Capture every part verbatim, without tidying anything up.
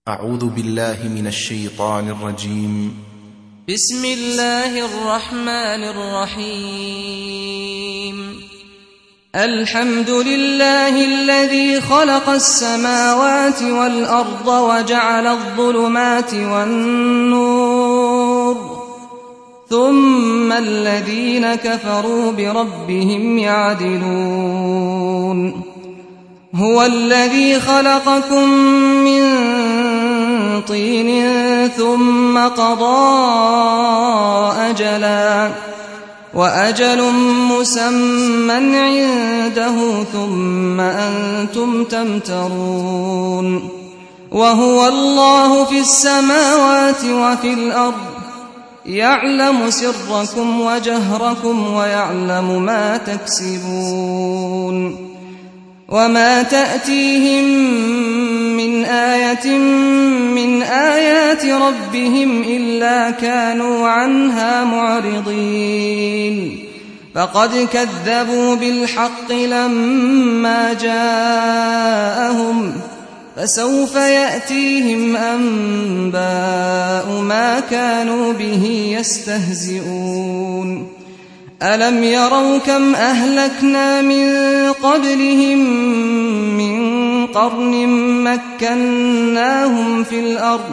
أعوذ بالله من الشيطان الرجيم. بسم الله الرحمن الرحيم. الحمد لله الذي خلق السماوات والأرض وجعل الظلمات والنور ثم الذين كفروا بربهم يعدلون. هو الذي خلقكم من طين ثم قضى أجلا وأجل مسمى عنده ثم أنتم تمترون. وهو الله في السماوات وفي الأرض يعلم سركم وجهركم ويعلم ما تكسبون. وما تأتيهم من آية من آيات ربهم إلا كانوا عنها معرضين. فقد كذبوا بالحق لما جاءهم فسوف يأتيهم أنباء ما كانوا به يستهزئون. ألم يروا كم أهلكنا من قبلهم من قرن مكناهم في الأرض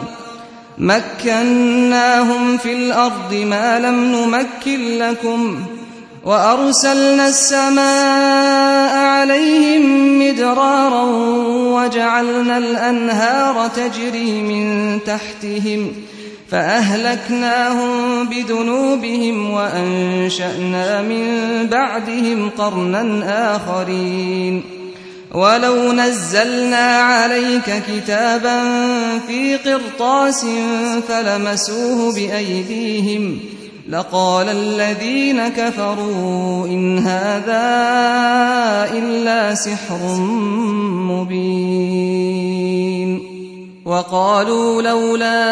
مكناهم في الأرض ما لم نمكن لكم وأرسلنا السماء عليهم مدرارا وجعلنا الأنهار تجري من تحتهم فأهلكناهم بذنوبهم وأنشأنا من بعدهم قرنا آخرين. ولو نزلنا عليك كتابا في قرطاس فلمسوه بأيديهم لقال الذين كفروا إن هذا إلا سحر مبين. وقالوا لولا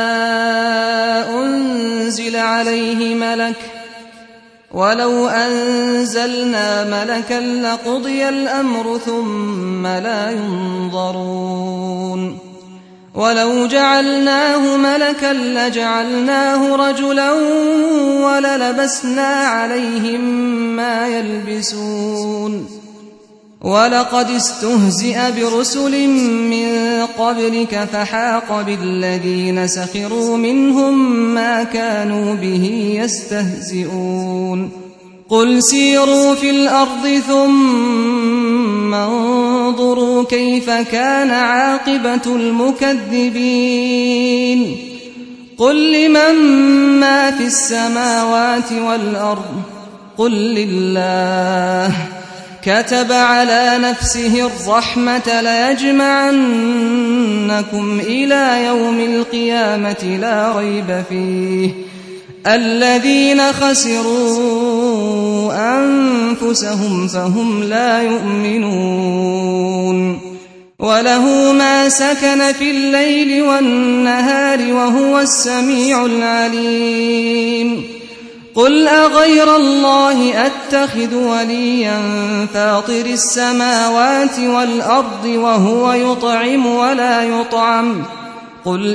أنزل عليه ملك ولو أنزلنا ملكا لقضي الأمر ثم لا ينظرون. ولو جعلناه ملكا لجعلناه رجلا وللبسنا عليهم ما يلبسون. ولقد استهزئ برسل من قبلك فحاق بالذين سخروا منهم ما كانوا به يستهزئون. قل سيروا في الأرض ثم انظروا كيف كان عاقبة المكذبين. قل لمن ما في السماوات والأرض قل لله كتب على نفسه الرحمة ليجمعنكم إلى يوم القيامة لا ريب فيه الذين خسروا أنفسهم فهم لا يؤمنون. وله ما سكن في الليل والنهار وهو السميع العليم. قل أغير الله أتخذ وليا فاطر السماوات والأرض وهو يطعم ولا يطعم قل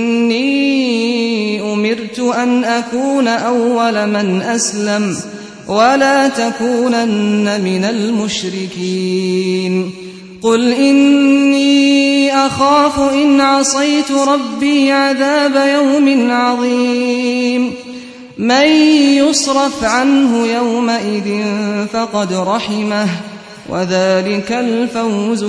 إني أمرت أن أكون أول من أسلم ولا تكونن من المشركين. قل إني أخاف إن عصيت ربي عذاب يوم عظيم. من يصرف عنه يومئذ فقد رحمه وذلك الفوز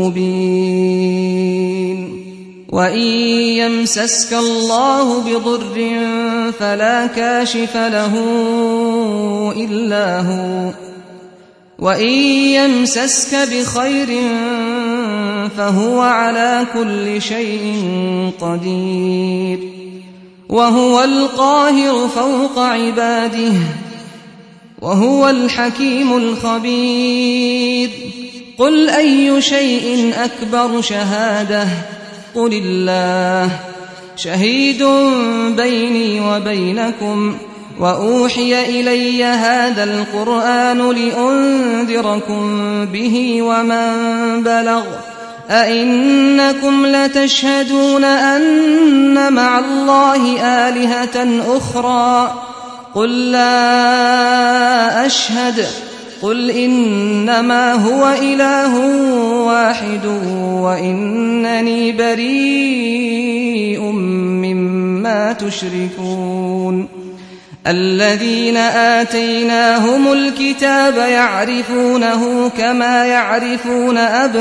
المبين. وإن يمسسك الله بضر فلا كاشف له إلا هو وإن يمسسك بخير فهو على كل شيء قدير. وهو القاهر فوق عباده وهو الحكيم الخبير. قل أي شيء أكبر شهادة قل الله شهيد بيني وبينكم وأوحي إلي هذا القرآن لأنذركم به ومن بلغ أئنكم لتشهدون أن مع الله آلهة أخرى قل لا أشهد قل إنما هو إله واحد وإنني بريء مما تشركون الذين آتيناهم الكتاب يعرفونه كما يعرفون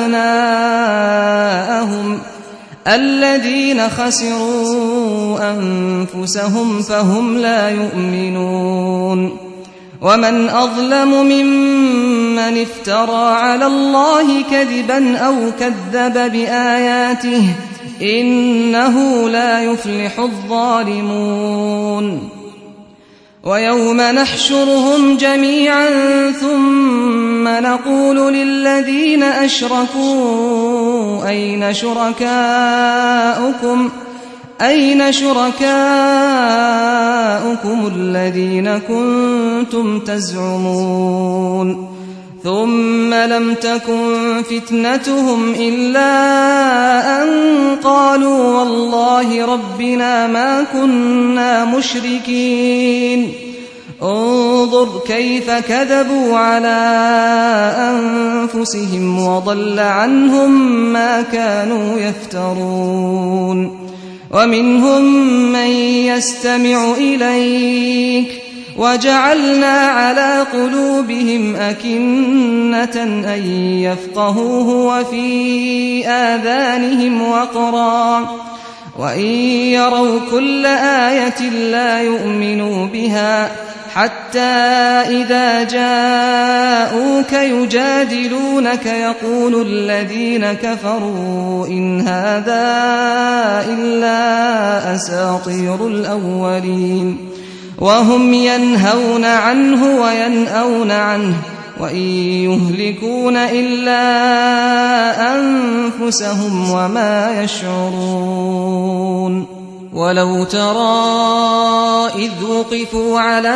أبناءهم الذين خسروا أنفسهم فهم لا يؤمنون ومن أظلم ممن افترى على الله كذبا أو كذب بآياته إنه لا يفلح الظالمون ويوم نحشرهم جميعا ثم نقول للذين أشركوا أين شركاؤكم أين شركاؤكم الذين كنتم تزعمون ثم لم تكن فتنتهم إلا أن قالوا والله ربنا ما كنا مشركين انظر كيف كذبوا على أنفسهم وضل عنهم ما كانوا يفترون ومنهم من يستمع إليك وجعلنا على قلوبهم أكنة أن يفقهوه وفي آذانهم وقرا وإن يروا كل آية لا يؤمنوا بها حتى إذا جاءوك يجادلونك يقول الذين كفروا إن هذا إلا أساطير الأولين وهم ينهون عنه وينأون عنه وإن يهلكون إلا أنفسهم وما يشعرون ولو ترى إذ وقفوا على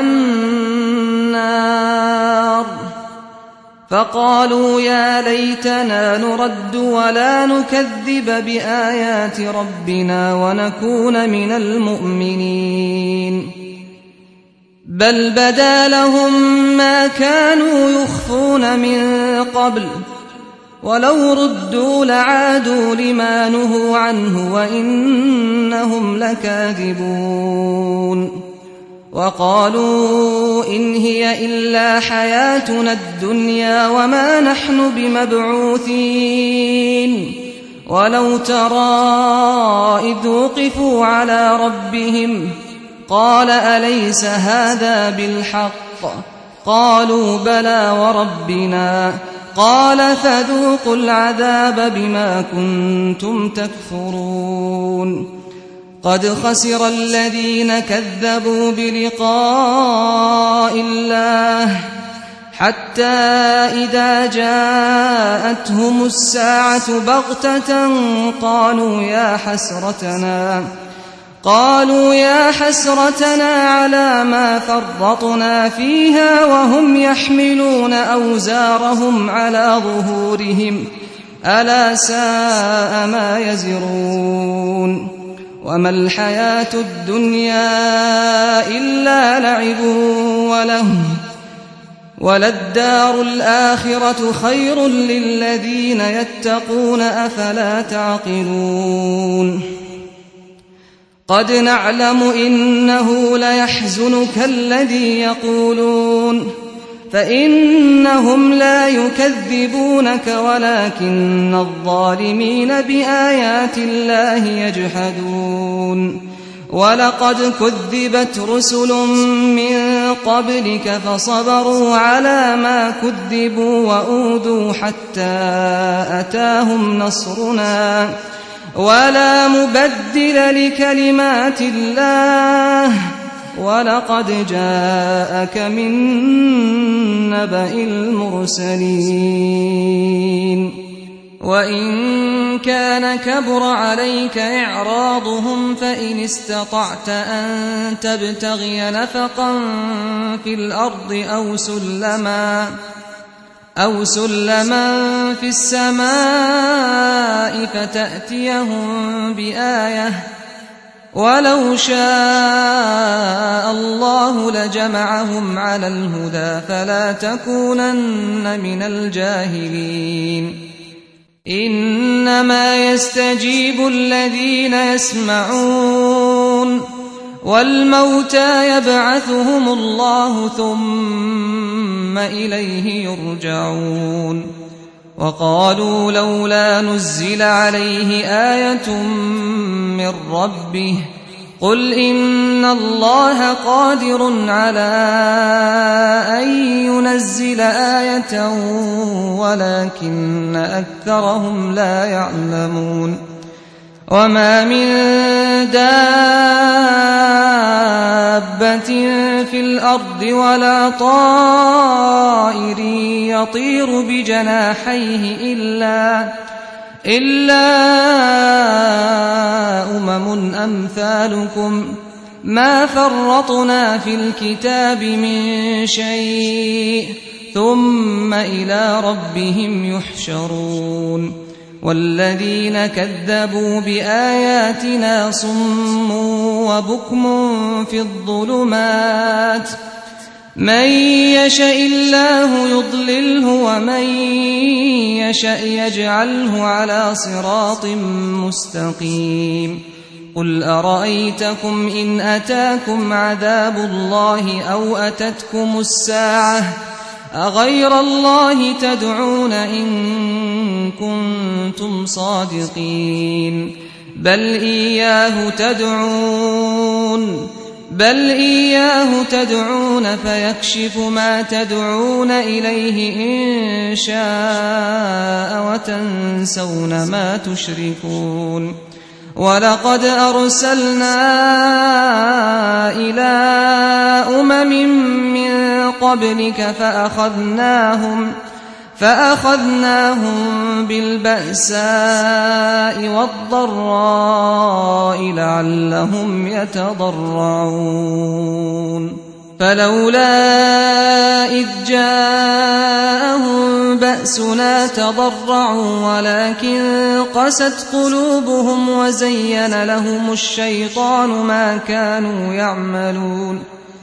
النار فقالوا يا ليتنا نرد ولا نكذب بآيات ربنا ونكون من المؤمنين بل بدا لهم ما كانوا يخفون من قبل ولو ردوا لعادوا لما نهوا عنه وإنهم لكاذبون وقالوا إن هي إلا حياتنا الدنيا وما نحن بمبعوثين ولو ترى إذ وقفوا على ربهم قال أليس هذا بالحق قالوا بلى وربنا قال فذوقوا العذاب بما كنتم تكفرون قد خسر الذين كذبوا بلقاء الله حتى إذا جاءتهم الساعة بغتة قالوا يا حسرتنا قالوا يا حسرتنا على ما فرطنا فيها وهم يحملون أوزارهم على ظهورهم ألا ساء ما يزرون وما الحياة الدنيا إلا لعب ولهو وللدار الآخرة خير للذين يتقون أفلا تعقلون قد نعلم إنه ليحزنك الذي يقولون فإنهم لا يكذبونك ولكن الظالمين بآيات الله يجحدون ولقد كذبت رسل من قبلك فصبروا على ما كذبوا وأوذوا حتى أتاهم نصرنا ولا مبدل لكلمات الله ولقد جاءك من نبأ المرسلين وإن كان كبر عليك إعراضهم فإن استطعت أن تبتغي نفقا في الأرض أو سلما أو سلما في السماء فتأتيهم بآية ولو شاء الله لجمعهم على الهدى فلا تكونن من الجاهلين إنما يستجيب الذين يسمعون والموتى يبعثهم الله ثم إليه يرجعون وقالوا لولا نزل عليه آية من ربه قل إن الله قادر على أن ينزل آية ولكن أكثرهم لا يعلمون وما من دابة في الأرض ولا طائر يطير بجناحيه إلا إلا أمم أمثالكم ما فرطنا في الكتاب من شيء ثم إلى ربهم يحشرون والذين كذبوا بآياتنا صم وبكم في الظلمات من يشاء الله يضلله ومن يشاء يجعله على صراط مستقيم قل أرأيتكم إن أتاكم عذاب الله أو أتتكم الساعة أغير الله تدعون إن كنتم صادقين بل إياه تدعون بل إياه تدعون فيكشف ما تدعون إليه إن شاء وتنسون ما تشركون ولقد أرسلنا إلى أمم من قبلك فأخذناهم فأخذناهم بالبأساء والضراء لعلهم يتضرعون فلولا إذ جاءهم بأسنا تضرعوا ولكن قست قلوبهم وزين لهم الشيطان ما كانوا يعملون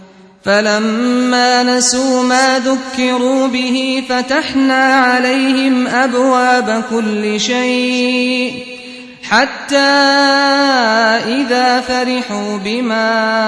فلما نسوا ما ذكروا به فتحنا عليهم أبواب كل شيء حتى إذا فرحوا بما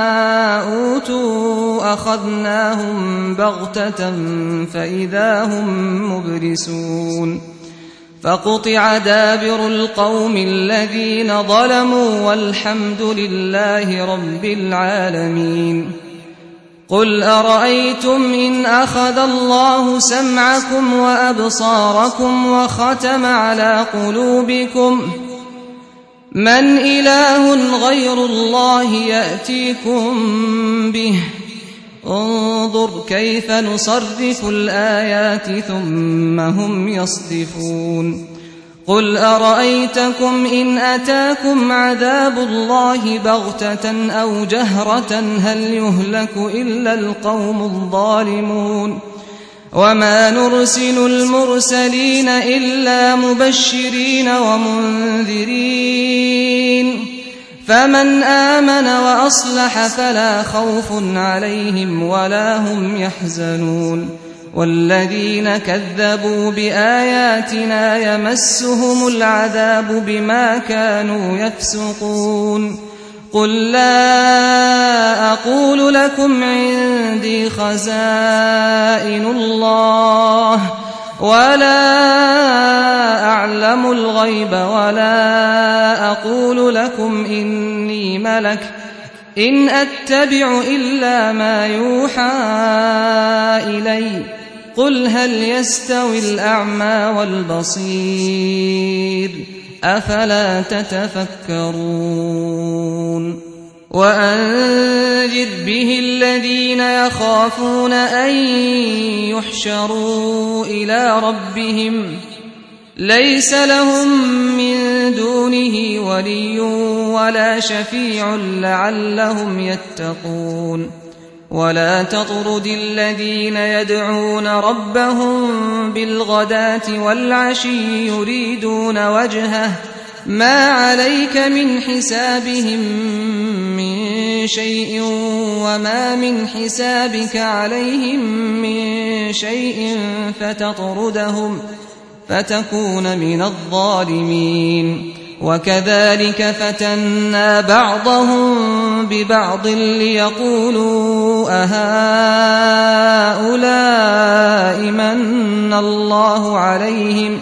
أوتوا أخذناهم بغتة فإذا هم مبلسون فقطع دابر القوم الذين ظلموا والحمد لله رب العالمين قل أرأيتم إن أخذ الله سمعكم وأبصاركم وختم على قلوبكم من إله غير الله يأتيكم به انظر كيف نصرف الآيات ثم هم يصدفون قل أرأيتكم إن أتاكم عذاب الله بغتة أو جهرة هل يهلك إلا القوم الظالمون وما نرسل المرسلين إلا مبشرين ومنذرين فمن آمن وأصلح فلا خوف عليهم ولا هم يحزنون والذين كذبوا بآياتنا يمسهم العذاب بما كانوا يفسقون قل لا أقول لكم عندي خزائن الله ولا أعلم الغيب ولا أقول لكم إني ملك إن أتبع إلا ما يوحى إلي قل هل يستوي الأعمى والبصير أفلا تتفكرون وأنذر به الذين يخافون أن يحشروا إلى ربهم ليس لهم من دونه ولي ولا شفيع لعلهم يتقون ولا تطرد الذين يدعون ربهم بالغداة والعشي يريدون وجهه ما عليك من حسابهم من شيء وما من حسابك عليهم من شيء فتطردهم فتكون من الظالمين. وكذلك فتنا بعضهم ببعض ليقولوا أهؤلاء من الله عليهم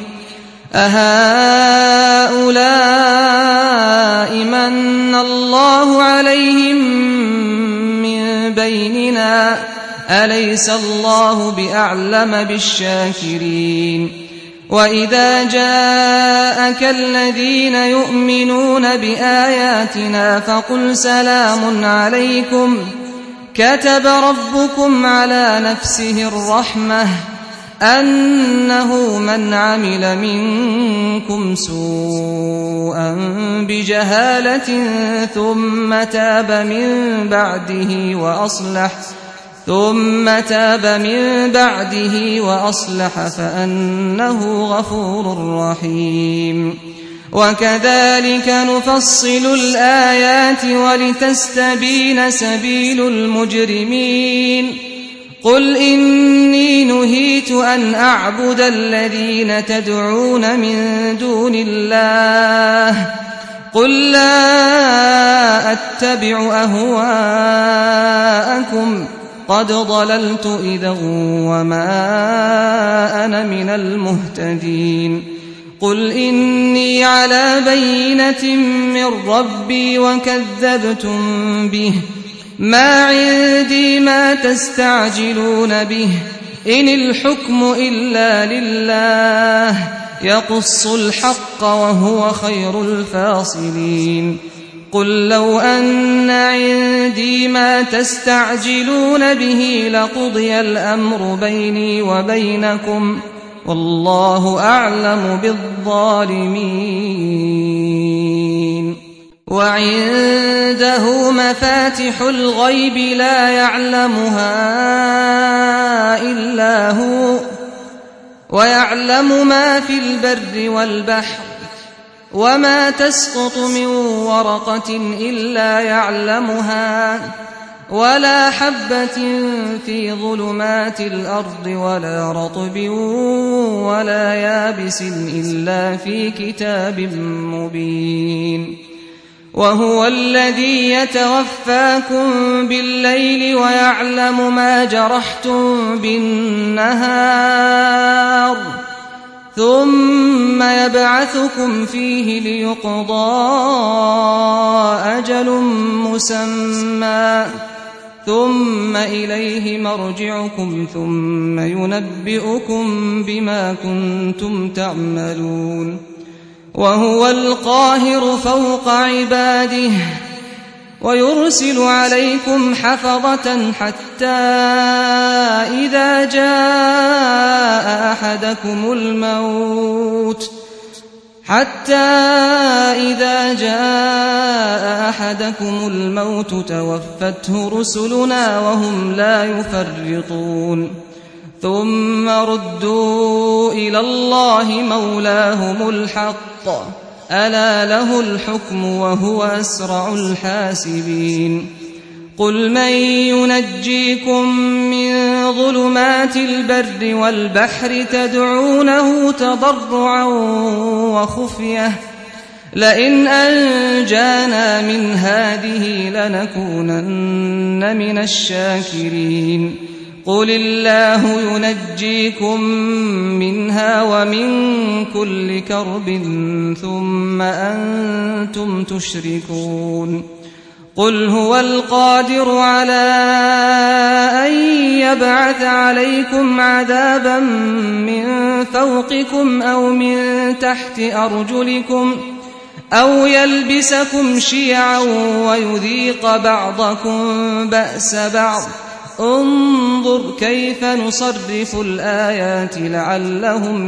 أهؤلاء من الله عليهم من بيننا أليس الله بأعلم بالشاكرين. وإذا جاءك الذين يؤمنون بآياتنا فقل سلام عليكم كتب ربكم على نفسه الرحمة أنه من عمل منكم سوءا بجهالة ثم تاب من بعده وأصلح ثم تاب من بعده وأصلح فأنه غفور رحيم. وكذلك نفصل الآيات ولتستبين سبيل المجرمين. قل إني نهيت أن أعبد الذين تدعون من دون الله قل لا أتبع أهواءكم قد ضللت إذا وما أنا من المهتدين. قل إني على بينة من ربي وكذبتم به ما عندي ما تستعجلون به إن الحكم إلا لله يقص الحق وهو خير الفاصلين. قل لو أن عندي ما تستعجلون به لقضي الأمر بيني وبينكم والله أعلم بالظالمين. وعنده مفاتح الغيب لا يعلمها إلا هو ويعلم ما في البر والبحر وما تسقط من ورقة إلا يعلمها ولا حبة في ظلمات الأرض ولا رطب ولا يابس إلا في كتاب مبين. وهو الذي يتوفاكم بالليل ويعلم ما جرحتم بالنهار ثم يبعثكم فيه ليقضى أجل مسمى ثم إليه مرجعكم ثم ينبئكم بما كنتم تعملون. وهو القاهر فوق عباده ويرسل عليكم حفظة حتى إذا جاء أحدكم الموت حتى إذا جاء أحدكم الموت توفته رسلنا وهم لا يفرطون ثم ردوا إلى الله مولاهم الحق ألا له الحكم وهو أسرع الحاسبين. قل من ينجيكم من ظلمات البر والبحر تدعونه تضرعا وخفية لئن أنجانا من هذه لنكونن من الشاكرين. قل الله ينجيكم منها ومن كل كرب ثم أنتم تشركون. قل هو القادر على أن يبعث عليكم عذابا من فوقكم أو من تحت أرجلكم أو يلبسكم شيعا ويذيق بعضكم بأس بعض انظر كيف نصرف الآيات لعلهم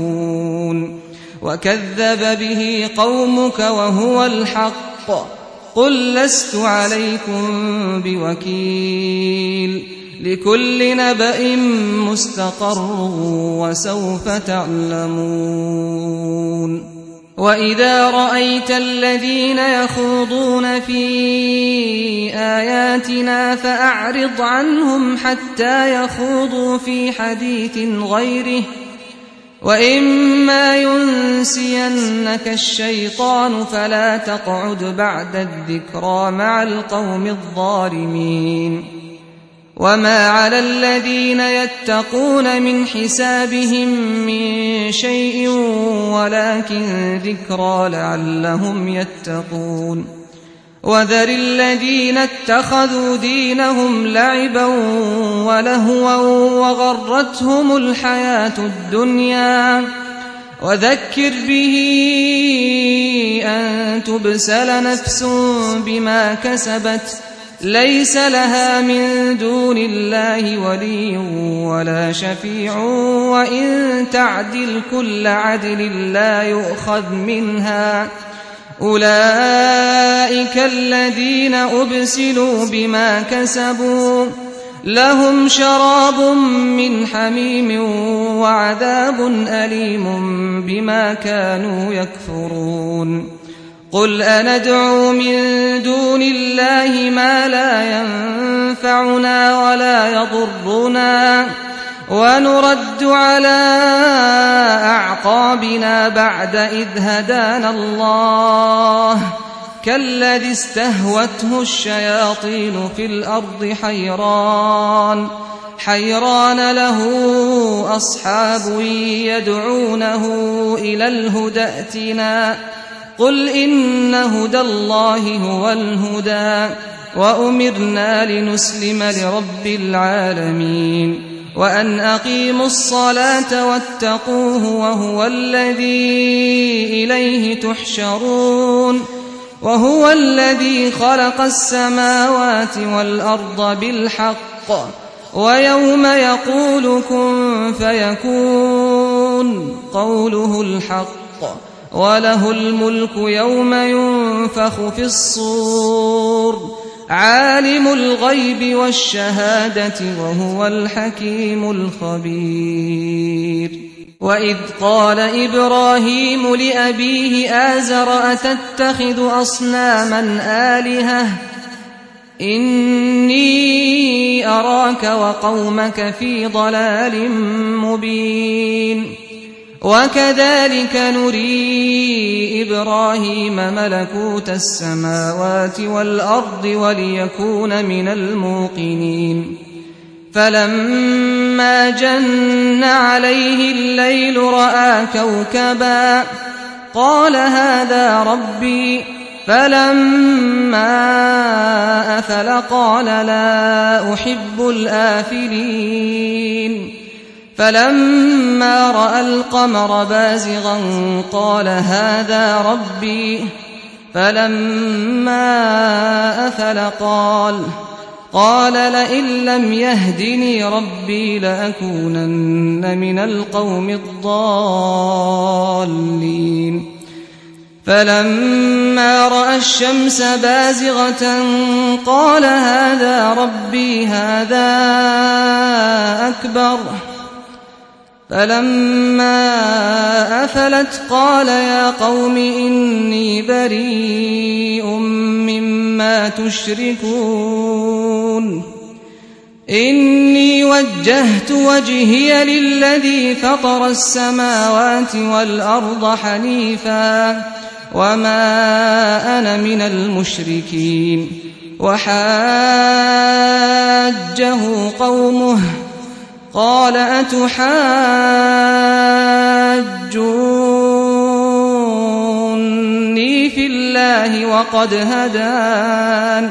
يفقهون. وكذب به قومك وهو الحق قل لست عليكم بوكيل لكل نبأ مستقر وسوف تعلمون وإذا رأيت الذين يخوضون في آياتنا فأعرض عنهم حتى يخوضوا في حديث غيره وإما ينسينك الشيطان فلا تقعد بعد الذكرى مع القوم الظالمين وما على الذين يتقون من حسابهم من شيء ولكن ذكرى لعلهم يتقون وذر الذين اتخذوا دينهم لعبا ولهوا وغرتهم الحياة الدنيا وذكر به أن تبسل نفس بما كسبت ليس لها من دون الله ولي ولا شفيع وإن تعدل كل عدل لا يؤخذ منها أولئك الذين أبسلوا بما كسبوا لهم شراب من حميم وعذاب أليم بما كانوا يكفرون قل أندعو من دون الله ما لا ينفعنا ولا يضرنا ونرد على أعقابنا بعد إذ هدانا الله كالذي استهوته الشياطين في الأرض حيران حيران له أصحاب يدعونه إلى الهدى ائتنا قل إن هدى الله هو الهدى وأمرنا لنسلم لرب العالمين وأن أقيموا الصلاة واتقوه وهو الذي إليه تحشرون وهو الذي خلق السماوات والأرض بالحق ويوم يقول كن فيكون قوله الحق وله الملك يوم ينفخ في الصور عالم الغيب والشهادة وهو الحكيم الخبير وإذ قال إبراهيم لأبيه آزر أتتخذ أصناما آلهة إني أراك وقومك في ضلال مبين وكذلك نري إبراهيم ملكوت السماوات والأرض وليكون من الموقنين فلما جن عليه الليل رأى كوكبا قال هذا ربي فلما أفل قال لا أحب الآفلين فلما رأى القمر بازغا قال هذا ربي فلما أفل قال قال لئن لم يهدني ربي لأكونن من القوم الضالين فلما رأى الشمس بازغة قال هذا ربي هذا أكبر فلما أفلت قال يا قوم إني بريء مما تشركون إني وجهت وجهي للذي فطر السماوات والأرض حنيفا وما أنا من المشركين وحاجه قومه قال أتحاجوني في الله وقد هدان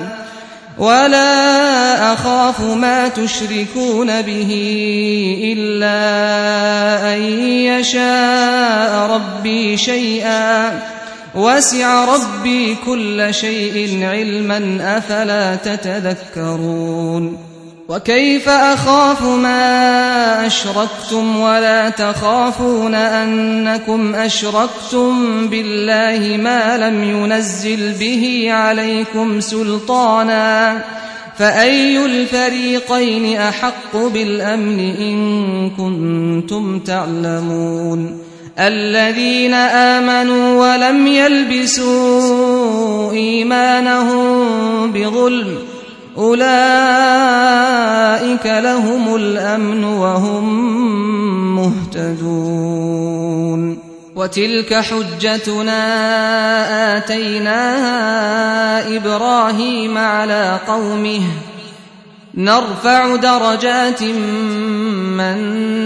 ولا أخاف ما تشركون به إلا أن يشاء ربي شيئا وسع ربي كل شيء علما أفلا تتذكرون وكيف أخاف ما أشركتم ولا تخافون أنكم أشركتم بالله ما لم ينزل به عليكم سلطانا فأي الفريقين أحق بالأمن إن كنتم تعلمون الذين آمنوا ولم يلبسوا إيمانهم بظلم أولئك لهم الأمن وهم مهتدون وتلك حجتنا آتيناها إبراهيم على قومه نرفع درجات من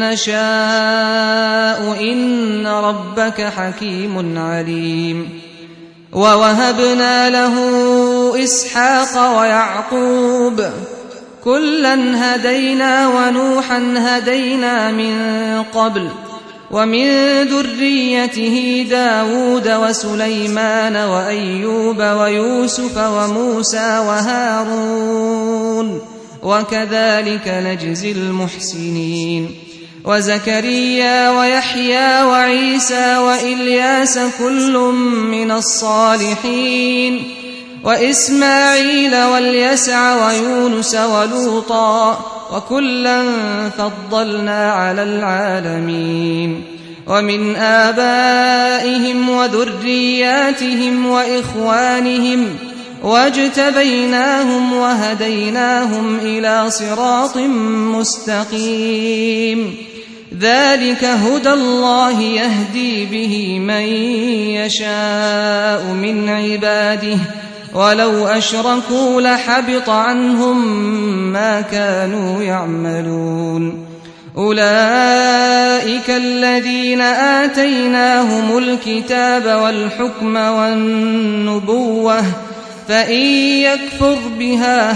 نشاء إن ربك حكيم عليم ووهبنا له إسحاق ويعقوب كلا هدينا ونوحا هدينا من قبل ومن ذريته داود وسليمان وأيوب ويوسف وموسى وهارون وكذلك نجزي المحسنين وزكريا ويحيى وعيسى وإلياس كل من الصالحين وإسماعيل واليسع ويونس ولوطا وكلا فضلنا على العالمين ومن آبائهم وذرياتهم وإخوانهم واجتبيناهم وهديناهم إلى صراط مستقيم ذلك هدى الله يهدي به من يشاء من عباده ولو أشركوا لحبط عنهم ما كانوا يعملون أولئك الذين آتيناهم الكتاب والحكم والنبوة فإن يكفر بها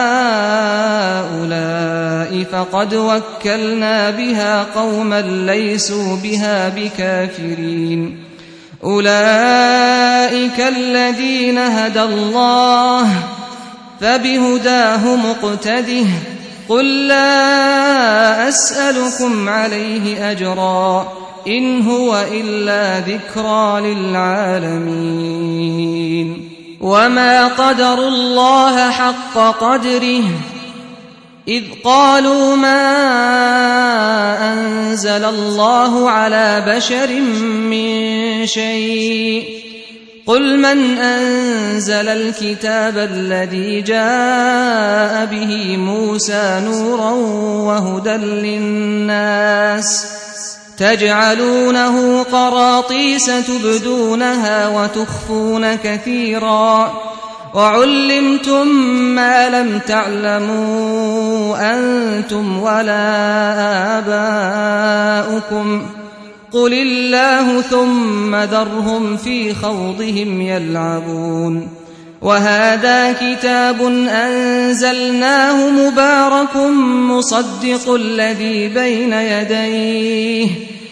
هؤلاء فقد وكلنا بها قوما ليسوا بها بكافرين أولئك الذين هدى الله فبهداه مقتده قل لا أسألكم عليه أجرا إن هو إلا ذكرى للعالمين وما قدروا الله حق قدره إذ قالوا ما أنزل الله على بشر من شيء قل من أنزل الكتاب الذي جاء به موسى نورا وهدى للناس تجعلونه قراطيس تبدونها وتخفون كثيرا وعلمتم ما لم تعلموا أنتم ولا آباؤكم قل الله ثم ذرهم في خوضهم يلعبون وهذا كتاب أنزلناه مبارك مصدق الذي بين يديه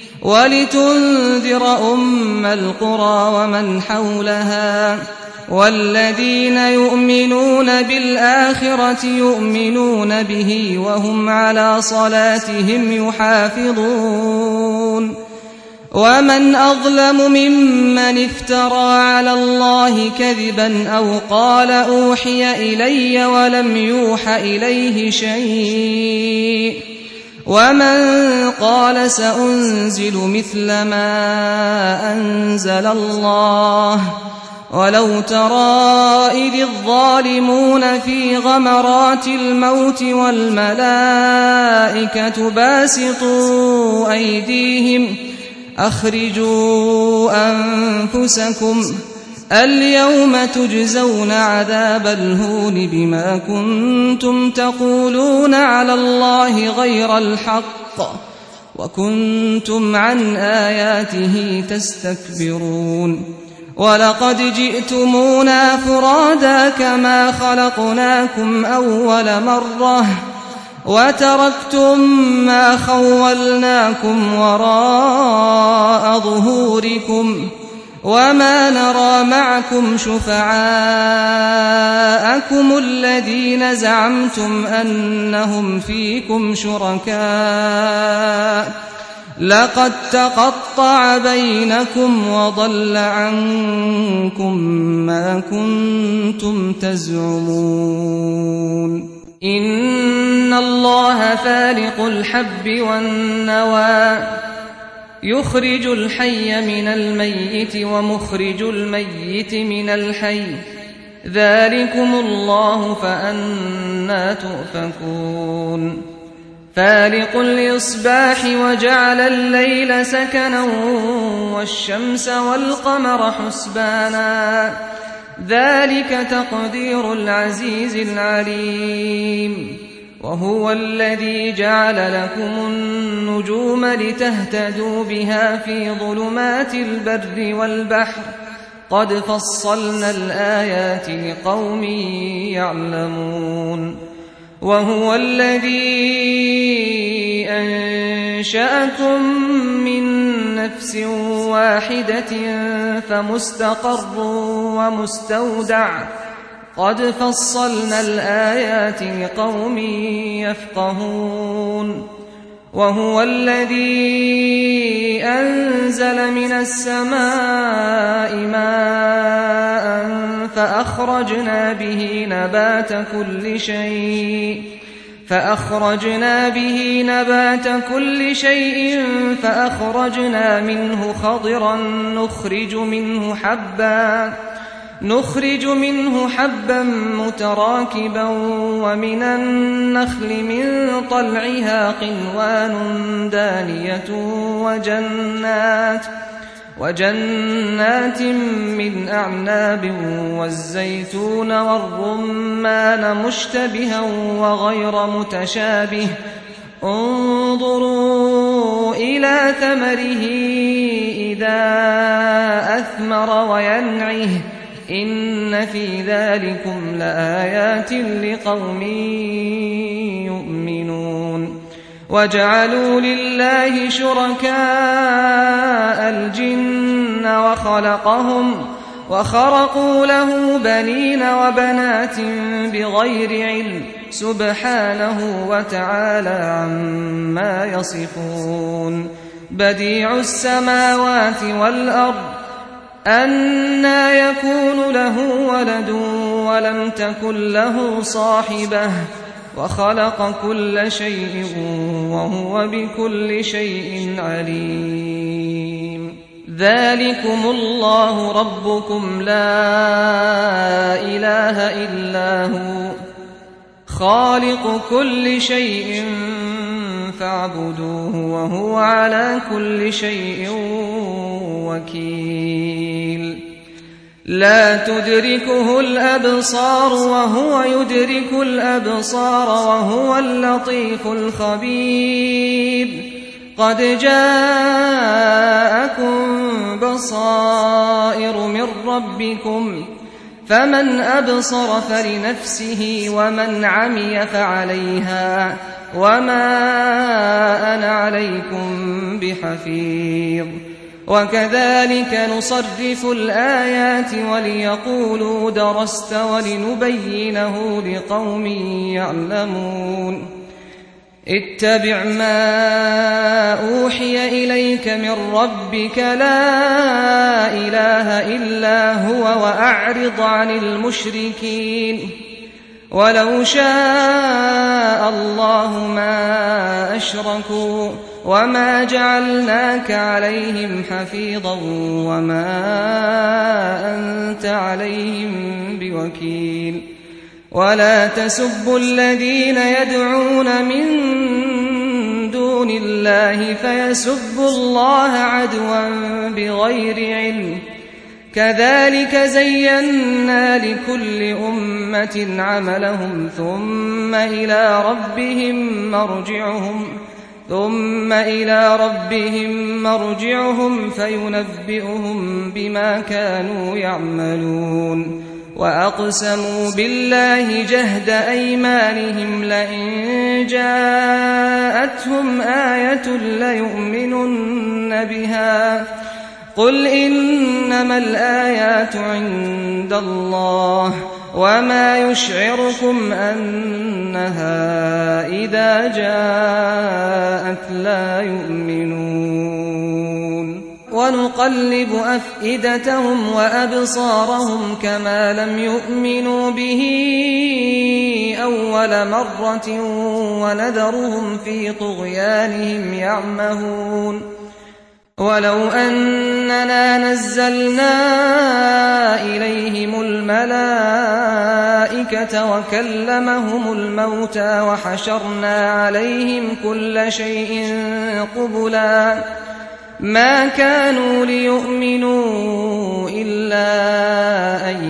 ولتنذر أم القرى ومن حولها والذين يؤمنون بالآخرة يؤمنون به وهم على صلاتهم يحافظون ومن أظلم ممن افترى على الله كذبا أو قال أوحي إلي ولم يوح إليه شيء ومن قال سأنزل مثل ما أنزل الله ولو ترى إذ الظالمون في غمرات الموت والملائكة باسطوا أيديهم أخرجوا أنفسكم اليوم تجزون عذاب الهون بما كنتم تقولون على الله غير الحق وكنتم عن آياته تستكبرون ولقد جئتمونا فرادا كما خلقناكم أول مرة وتركتم ما خولناكم وراء ظهوركم وما نرى معكم شفعاءكم شُرَكَاءَكُمُ الَّذِينَ زَعَمْتُمْ أَنَّهُمْ فِيكُمْ شُرَكَاءُ لَقَدْ تَقَطَّعَ بَيْنَكُمْ وَضَلَّ عَنكُم مَّا كُنتُمْ تَزْعُمُونَ إِنَّ اللَّهَ فَالِقُ الْحَبِّ وَالنَّوَىٰ يُخْرِجُ الْحَيَّ مِنَ الْمَيِّتِ وَمُخْرِجُ الْمَيِّتِ مِنَ الْحَيِّ ذَٰلِكُمُ اللَّهُ فَأَنَّىٰ تُؤْفَكُونَ فَالِقُ الْإِصْبَاحِ وَجَعَلَ اللَّيْلَ سَكَنًا وَالشَّمْسَ وَالْقَمَرَ حُسْبَانًا ذَلِكَ تَقْدِيرُ الْعَزِيزِ الْعَلِيمِ وَهُوَ الَّذِي جَعَلَ لَكُمُ النُّجُومَ لِتَهْتَدُوا بِهَا فِي ظُلُمَاتِ الْبَرِّ وَالْبَحْرِ قَدْ فَصَّلْنَا الْآيَاتِ لِقَوْمٍ يَعْلَمُونَ وَهُوَ الَّذِي أَنشَأَكُم مِّن نَّفْسٍ وَاحِدَةٍ فَمُسْتَقَرٌّ وَمُسْتَوْدَعٌ قَدْ فَصَّلْنَا الْآيَاتِ لِقَوْمٍ يَفْقَهُونَ وَهُوَ الَّذِي أَنزَلَ مِنَ السَّمَاءِ مَاءً فَأَخْرَجْنَا بِهِ نَبَاتَ كُلِّ شَيْءٍ فأخرجنا به نبات كل شيء فأخرجنا منه خضرا نخرج منه حبا نخرج منه حبا متراكبا ومن النخل من طلعها قنوان دانية وجنات وجنات من أعناب والزيتون والرمان مشتبها وغير متشابه انظروا إلى ثمره إذا أثمر وينعه إن في ذلكم لآيات لقوم يؤمنون وجعلوا لله شركاء الجن وخلقهم وخرقوا له بنين وبنات بغير علم سبحانه وتعالى عما يصفون بديع السماوات والأرض أنى يكون له ولد ولم تكن له صاحبة وخلق كل شيء وهو بكل شيء عليم ذلكم الله ربكم لا إله إلا هو خالق كل شيء فاعبدوه وهو على كل شيء وكيل لا تدركه الأبصار وهو يدرك الأبصار وهو اللطيف الخبير قد جاءكم بصائر من ربكم فمن أبصر فلنفسه ومن عمي فعليها وما أنا عليكم بحفيظ وكذلك نصرف الآيات وليقولوا درست ولنبينه لقوم يعلمون اتبع ما أوحي إليك من ربك لا إله إلا هو وأعرض عن المشركين ولو شاء الله ما أشركوا وما جعلناك عليهم حفيظا وما أنت عليهم بوكيل ولا تسبوا الذين يدعون من دون الله فيسبوا الله عدوا بغير علم كذلك زينا لكل أمة عملهم ثم إلى ربهم مرجعهم ثم إلى ربهم مرجعهم فينبئهم بما كانوا يعملون وأقسموا بالله جهد أيمانهم لئن جاءتهم آية ليؤمنن بها قل إنما الآيات عند الله وما يشعركم أنها إذا جاءت لا يؤمنون ونقلب أفئدتهم وأبصارهم كما لم يؤمنوا به أول مرة ونذرهم في طغيانهم يعمهون ولو أننا نزلنا إليهم الملائكة وكلمهم الموتى وحشرنا عليهم كل شيء قبلا ما كانوا ليؤمنوا إلا أن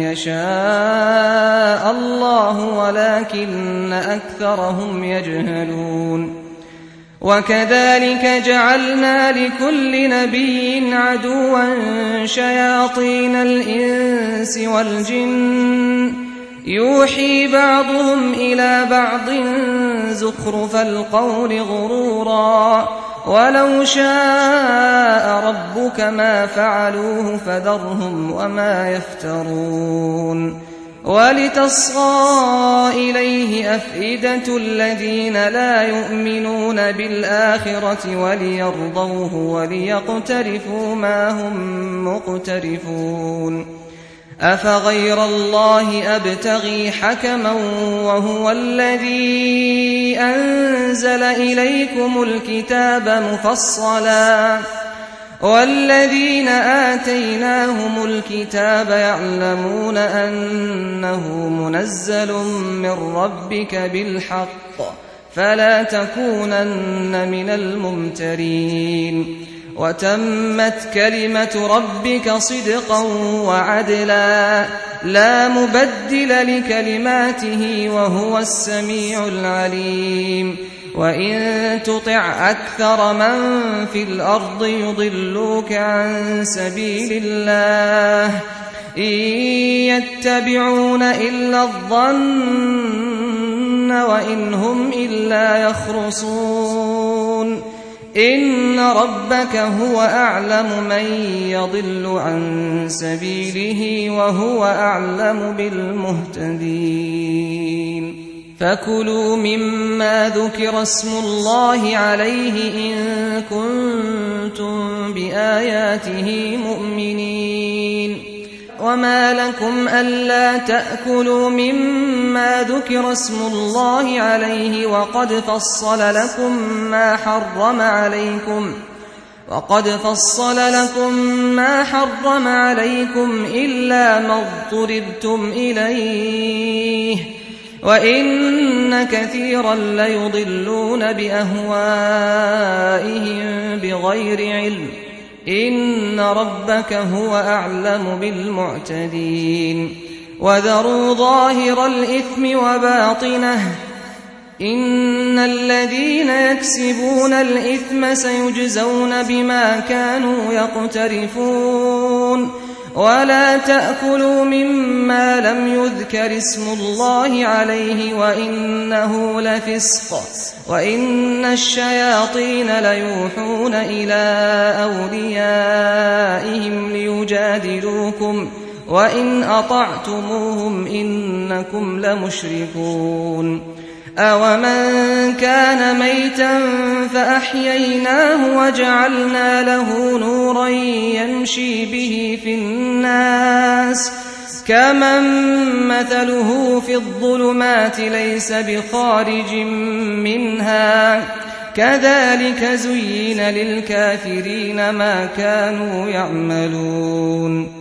يشاء الله ولكن أكثرهم يجهلون وكذلك جعلنا لكل نبي عدوا شياطين الإنس والجن يوحي بعضهم إلى بعض زخرف القول غرورا ولو شاء ربك ما فعلوه فذرهم وما يفترون ولتصغى إليه أفئدة الذين لا يؤمنون بالآخرة وليرضوه وليقترفوا ما هم مقترفون أفغير الله أبتغي حكما وهو الذي أنزل إليكم الكتاب مفصلا والذين آتيناهم الكتاب يعلمون أنه منزل من ربك بالحق فلا تكونن من الممترين وتمت كلمة ربك صدقا وعدلا لا مبدل لكلماته وهو السميع العليم وإن تطع أكثر من في الأرض يضلوك عن سبيل الله إن يتبعون إلا الظن وإن هم إلا يخرصون إن ربك هو أعلم من يضل عن سبيله وهو أعلم بالمهتدين فكلوا مما ذكر اسم الله عليه إن كنتم بآياته مؤمنين وما لكم ألا تأكلوا مما ذكر اسم الله عليه وقد فصل لكم ما حرم عليكم وقد فصل لكم ما حرم عليكم إلا ما اضطررتم إليه وإن كثيرا ليضلون بأهوائهم بغير علم إن ربك هو أعلم بالمعتدين وذروا ظاهر الإثم وباطنه إن الذين يكسبون الإثم سيجزون بما كانوا يقترفون ولا تأكلوا مما لم يذكر اسم الله عليه وإنه لفسق وإن الشياطين ليوحون إلى أوليائهم ليجادلوكم وإن أطعتموهم إنكم لمشركون أومن كان ميتا فأحييناه وجعلنا له نورا يمشي به في الناس كمن مثله في الظلمات ليس بخارج منها كذلك زين للكافرين ما كانوا يعملون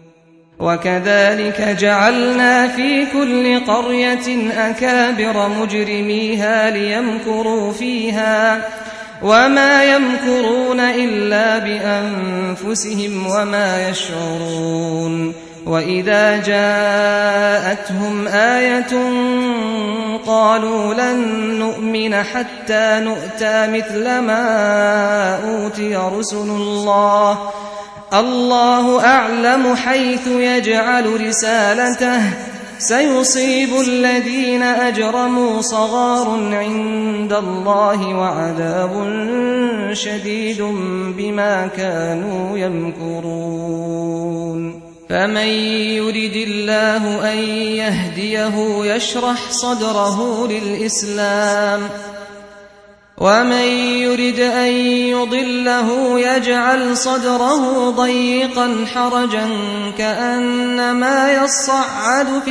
وكذلك جعلنا في كل قرية أكابر مجرميها ليمكروا فيها وما يمكرون إلا بأنفسهم وما يشعرون وإذا جاءتهم آية قالوا لن نؤمن حتى نؤتى مثل ما أوتي رسل الله الله أعلم حيث يجعل رسالته سيصيب الذين أجرموا صغار عند الله وعذاب شديد بما كانوا يمكرون فمن يرد الله أن يهديه يشرح صدره للإسلام ومن يرد أن يضله يجعل صدره ضيقا حرجا كأنما يصعد في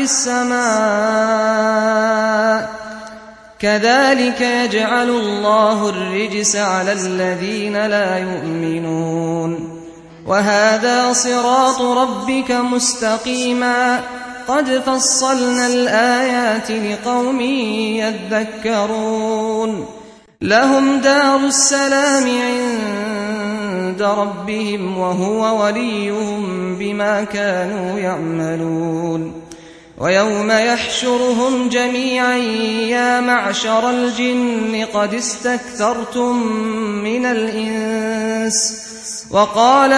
السماء كذلك يجعل الله الرجس على الذين لا يؤمنون وهذا صراط ربك مستقيما قد فصلنا الآيات لقوم يذكرون لهم دار السلام عند ربهم وهو وليهم بما كانوا يعملون ويوم يحشرهم جميعا يا معشر الجن قد استكثرتم من الإنس وقال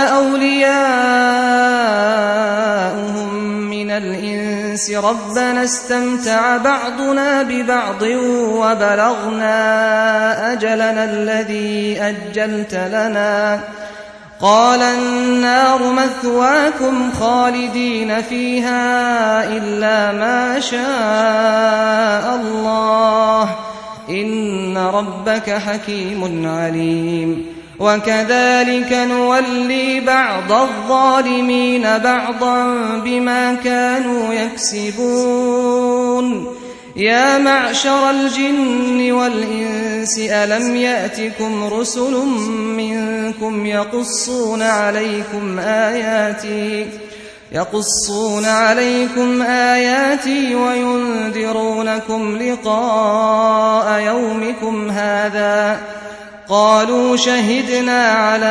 أولياؤهم من الإنس ربنا استمتع بعضنا ببعض وبلغنا أجلنا الذي أجلت لنا قال النار مثواكم خالدين فيها إلا ما شاء الله إن ربك حكيم عليم وكذلك نولي بعض الظالمين بعضا بما كانوا يكسبون يا معشر الجن والإنس ألم يأتكم رسل منكم يقصون عليكم آياتي يقصون عليكم آياتي وينذرونكم لقاء يومكم هذا قالوا شهدنا على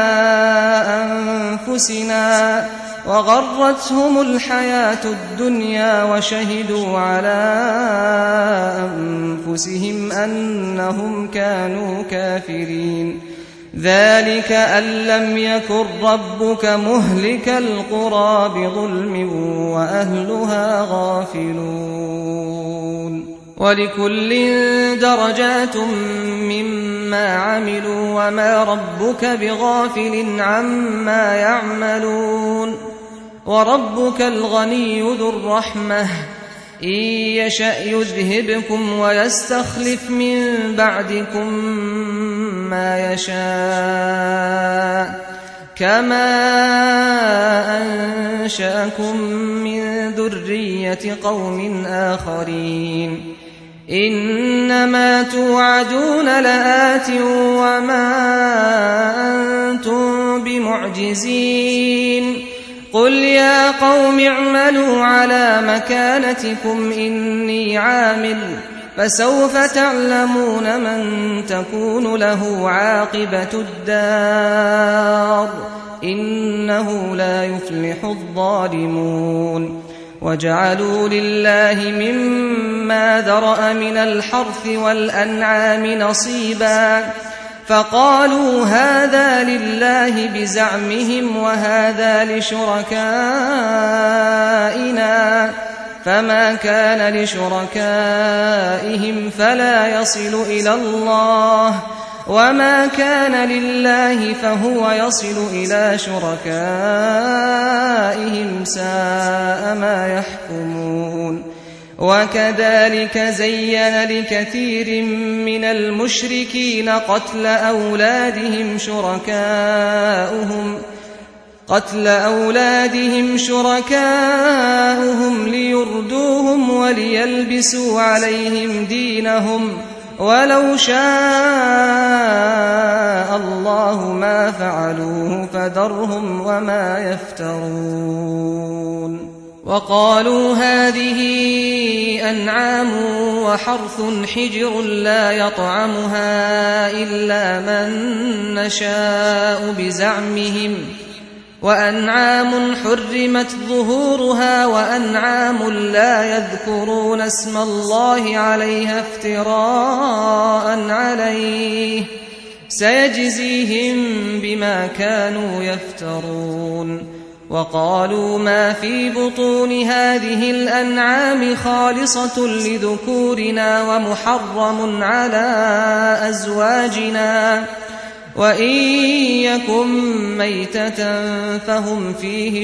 أنفسنا وغرتهم الحياة الدنيا وشهدوا على أنفسهم أنهم كانوا كافرين ذلك أن لم يكن ربك مهلك القرى بظلم وأهلها غافلون ولكل درجات مما عملوا وما ربك بغافل عما يعملون وربك الغني ذو الرحمة إن يشأ يذهبكم ويستخلف من بعدكم ما يشاء كما أنشأكم من ذرية قوم آخرين إنما توعدون لآت وما أنتم بمعجزين قل يا قوم اعملوا على مكانتكم إني عامل فسوف تعلمون من تكون له عاقبة الدار إنه لا يفلح الظالمون وجعلوا لله مما ذرأ من الحرث والأنعام نصيبا فقالوا هذا لله بزعمهم وهذا لشركائنا فما كان لشركائهم فلا يصل إلى الله وما كان لله فهو يصل إلى شركائهم ساء ما يحكمون وكذلك زين لكثير من المشركين قتل أولادهم شركاؤهم قتل أولادهم شركاؤهم ليردوهم وليلبسوا عليهم دينهم ولو شاء الله ما فعلوه فذرهم وما يفترون وقالوا هذه أنعام وحرث حجر لا يطعمها إلا من نشاء بزعمهم وأنعام حرمت ظهورها وأنعام لا يذكرون اسم الله عليها افتراء عليه سيجزيهم بما كانوا يفترون وقالوا ما في بطون هذه الأنعام خالصة لذكورنا ومحرم على أزواجنا وإن يكن ميتة فهم فيه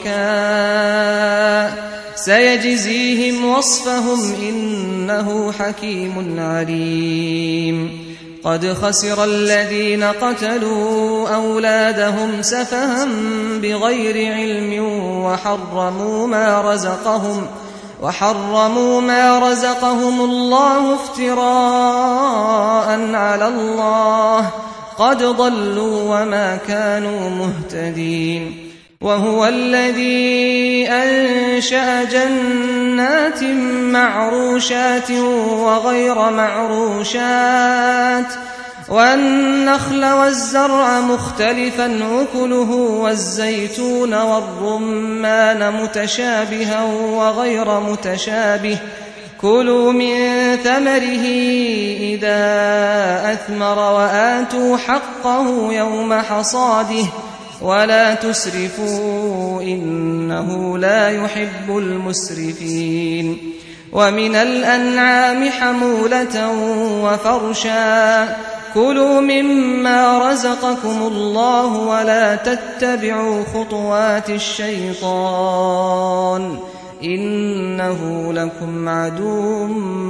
شركاء سيجزيهم وصفهم إنه حكيم عليم قد خسر الذين قتلوا أولادهم سفها بغير علم وحرموا ما رزقهم وحرموا ما رزقهم الله افتراء على الله قد ضلوا وما كانوا مهتدين وهو الذي أنشأ جنات معروشات وغير معروشات والنخل والزرع مختلفا أكله والزيتون والرمان متشابها وغير متشابه كلوا من ثمره إذا أثمر وآتوا حقه يوم حصاده ولا تسرفوا إنه لا يحب المسرفين ومن الأنعام حمولة وفرشا كلوا مما رزقكم الله ولا تتبعوا خطوات الشيطان إنه لكم عدو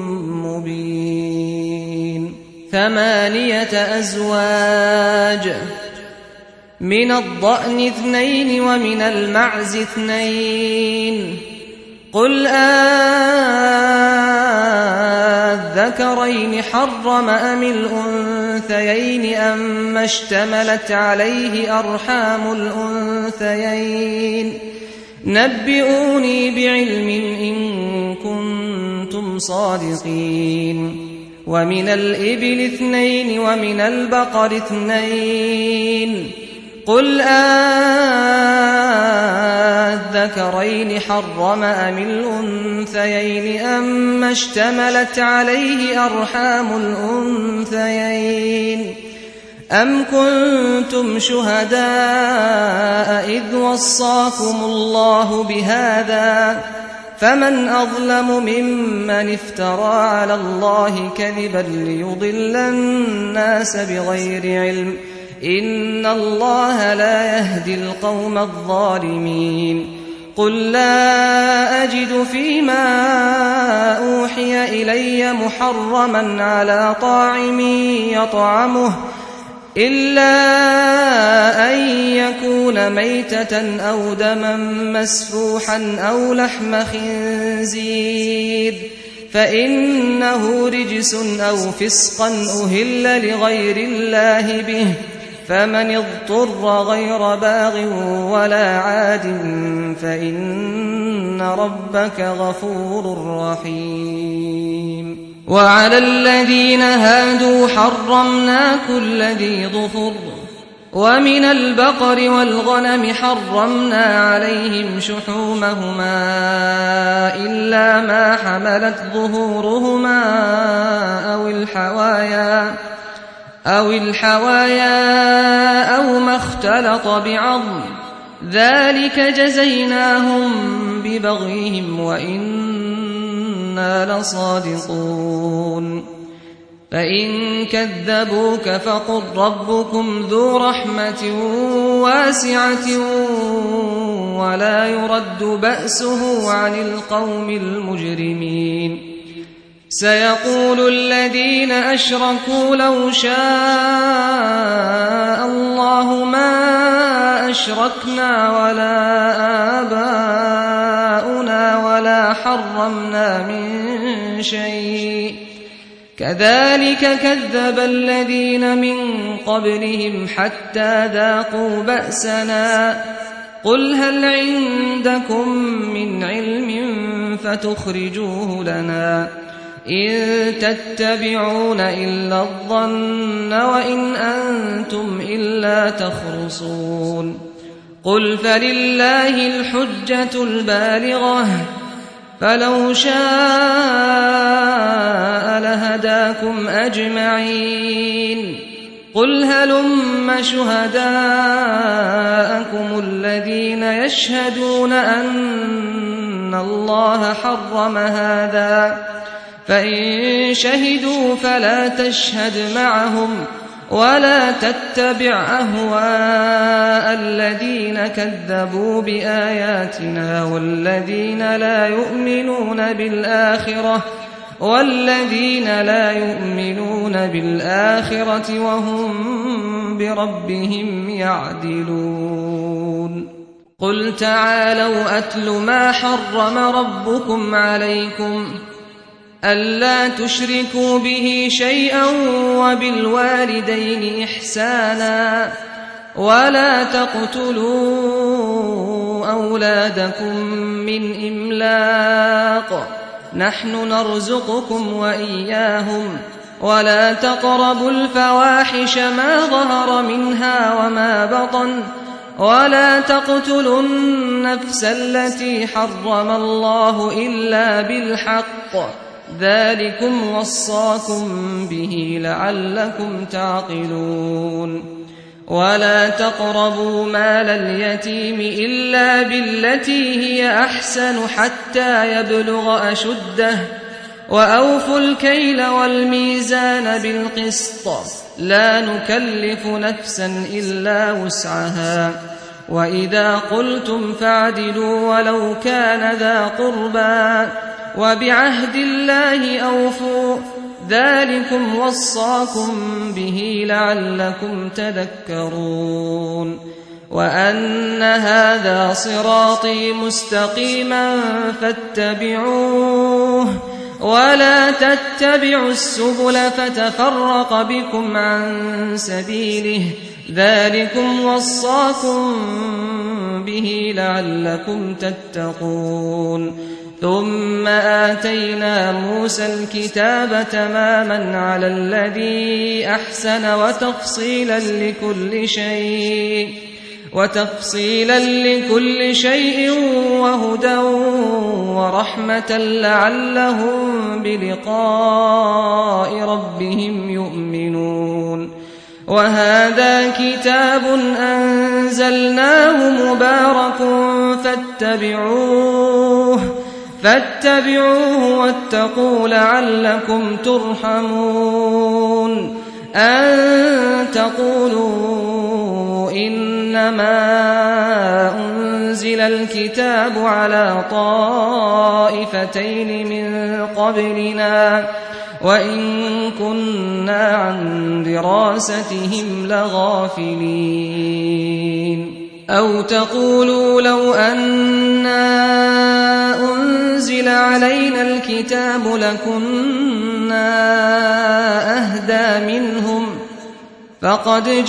مبين ثمانية أزواج من الضأن اثنين ومن المعز اثنين قل أذكرين حرم أم الأنثيين أم اشتملت عليه أرحام الأنثيين نبئوني بعلم إن كنتم صادقين ومن الإبل اثنين ومن البقر اثنين قل أذكرين حرم أم الأنثيين أم اشتملت عليه أرحام الأنثيين أم كنتم شهداء إذ وصاكم الله بهذا فمن أظلم ممن افترى على الله كذبا ليضل الناس بغير علم إن الله لا يهدي القوم الظالمين قل لا أجد فيما أوحي إلي محرما على طاعم يطعمه إلا أن يكون ميتة أو دما مسفوحا أو لحم خنزير فإنه رجس أو فسقا أهل لغير الله به فمن اضطر غير باغ ولا عاد فإن ربك غفور رحيم وعلى الذين هادوا حرمنا كل ذي ظفر ومن البقر والغنم حرمنا عليهم شحومهما إلا ما حملت ظهورهما أو الحوايا أو الحوايا أو ما اختلط بعظم ذلك جزيناهم ببغيهم وإنا لصادقون فإن كذبوك فقل ربكم ذو رحمة واسعة ولا يرد بأسه عن القوم المجرمين سيقول الذين أشركوا لو شاء الله ما أشركنا ولا آباؤنا ولا حرمنا من شيء كذلك كذب الذين من قبلهم حتى ذاقوا بأسنا قل هل عندكم من علم فتخرجوه لنا إن تتبعون إلا الظن وإن أنتم إلا تخرصون قل فلله الحجة البالغة فلو شاء لهداكم أجمعين قل هلم شهداءكم الذين يشهدون أن الله حرم هذا فإن شهدوا فلا تشهد معهم ولا تتبع أهواء الذين كذبوا بآياتنا والذين لا يؤمنون بالآخرة والذين لا يؤمنون بالآخرة وهم بربهم يعدلون قل تعالوا أتل ما حرم ربكم عليكم ألا تشركوا به شيئا وبالوالدين إحسانا ولا تقتلوا أولادكم من إملاق نحن نرزقكم وإياهم ولا تقربوا الفواحش ما ظهر منها وما بطن ولا تقتلوا النفس التي حرم الله إلا بالحق ذلكم وصاكم به لعلكم تعقلون ولا تقربوا مال اليتيم إلا بالتي هي أحسن حتى يبلغ أشده وأوفوا الكيل والميزان بالقسط لا نكلف نفسا إلا وسعها وإذا قلتم فاعدلوا ولو كان ذا قربى وبعهد الله أوفوا ذلكم وصاكم به لعلكم تذكرون وأن هذا صراطي مستقيما فاتبعوه ولا تتبعوا السبل فتفرق بكم عن سبيله ذلكم وصاكم به لعلكم تتقون ثم آتينا موسى الكتاب تماما على الذي أحسن وتفصيلا لكل شيء وتفصيلا لكل شيء وهدى ورحمة لعلهم بلقاء ربهم يؤمنون وهذا كتاب أنزلناه مبارك فاتبعوه فاتبعوه واتقوا لعلكم ترحمون أن تقولوا إنما أنزل الكتاب على طائفتين من قبلنا وإن كنا عن دراستهم لغافلين أو تقولوا لو أنا أنزل علينا الكتاب لكنا أهدى منهم فقد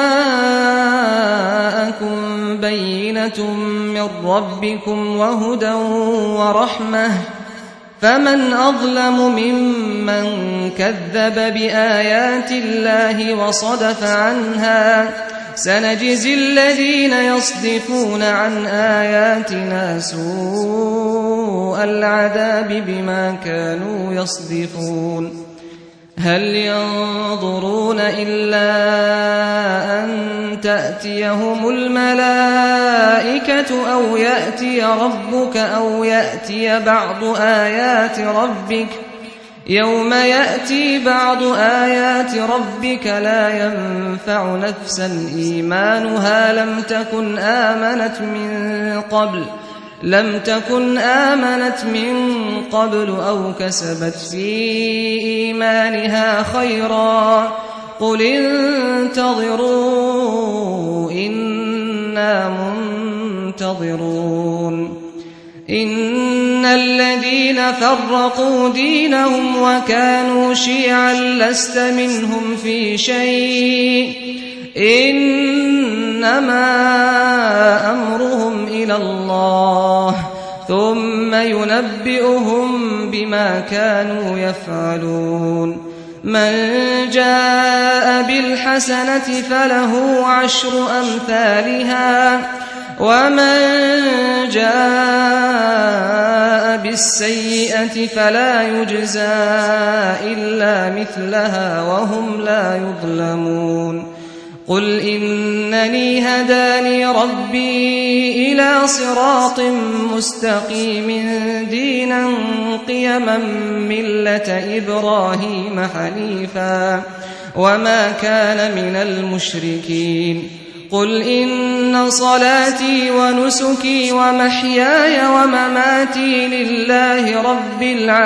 جاءكم بينة من ربكم وهدى ورحمة فمن أظلم ممن كذب بآيات الله وصدف عنها سنجزي الذين يصدفون عن آياتنا سوء العذاب بما كانوا يصدفون هل ينظرون إلا أن تأتيهم الملائكة أو يأتي ربك أو يأتي بعض آيات ربك يوم يأتي بعض آيات ربك لا ينفع نفسا إيمانها لم تكن آمنت من قبل لم تكن آمنت من قبل أو كسبت في إيمانها خيرا قل انتظروا إنا منتظرون إن الذين فرقوا دينهم وكانوا شيعا لست منهم في شيء إنما أمرهم إلى الله ثم ينبئهم بما كانوا يفعلون من جاء بالحسنة فله عشر أمثالها ومن جاء بالسيئة فلا يجزى إلا مثلها وهم لا يظلمون قل إنني هداني ربي إلى صراط مستقيم دينا قيما ملة إبراهيم حنيفا وما كان من المشركين قل إن صلاتي ونسكي ومحياي ومماتي لله رب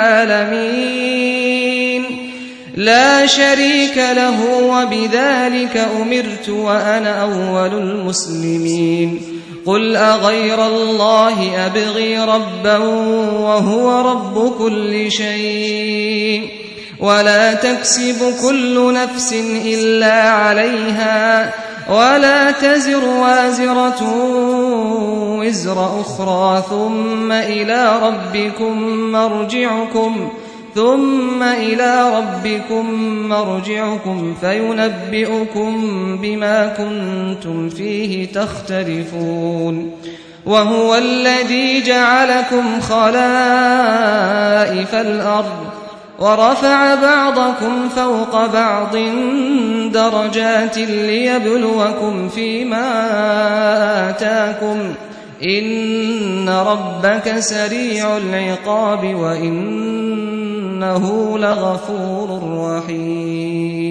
العالمين لا شريك له وبذلك أمرت وأنا أول المسلمين قل أغير الله أبغي ربا وهو رب كل شيء ولا تكسب كل نفس إلا عليها ولا تزر وازرة وزر أخرى ثم إلى ربكم مرجعكم ثم إلى ربكم مرجعكم فينبئكم بما كنتم فيه تختلفون وهو الذي جعلكم خلائف الأرض ورفع بعضكم فوق بعض درجات ليبلوكم فيما آتاكم إن ربك سريع العقاب وإنه لغفور رحيم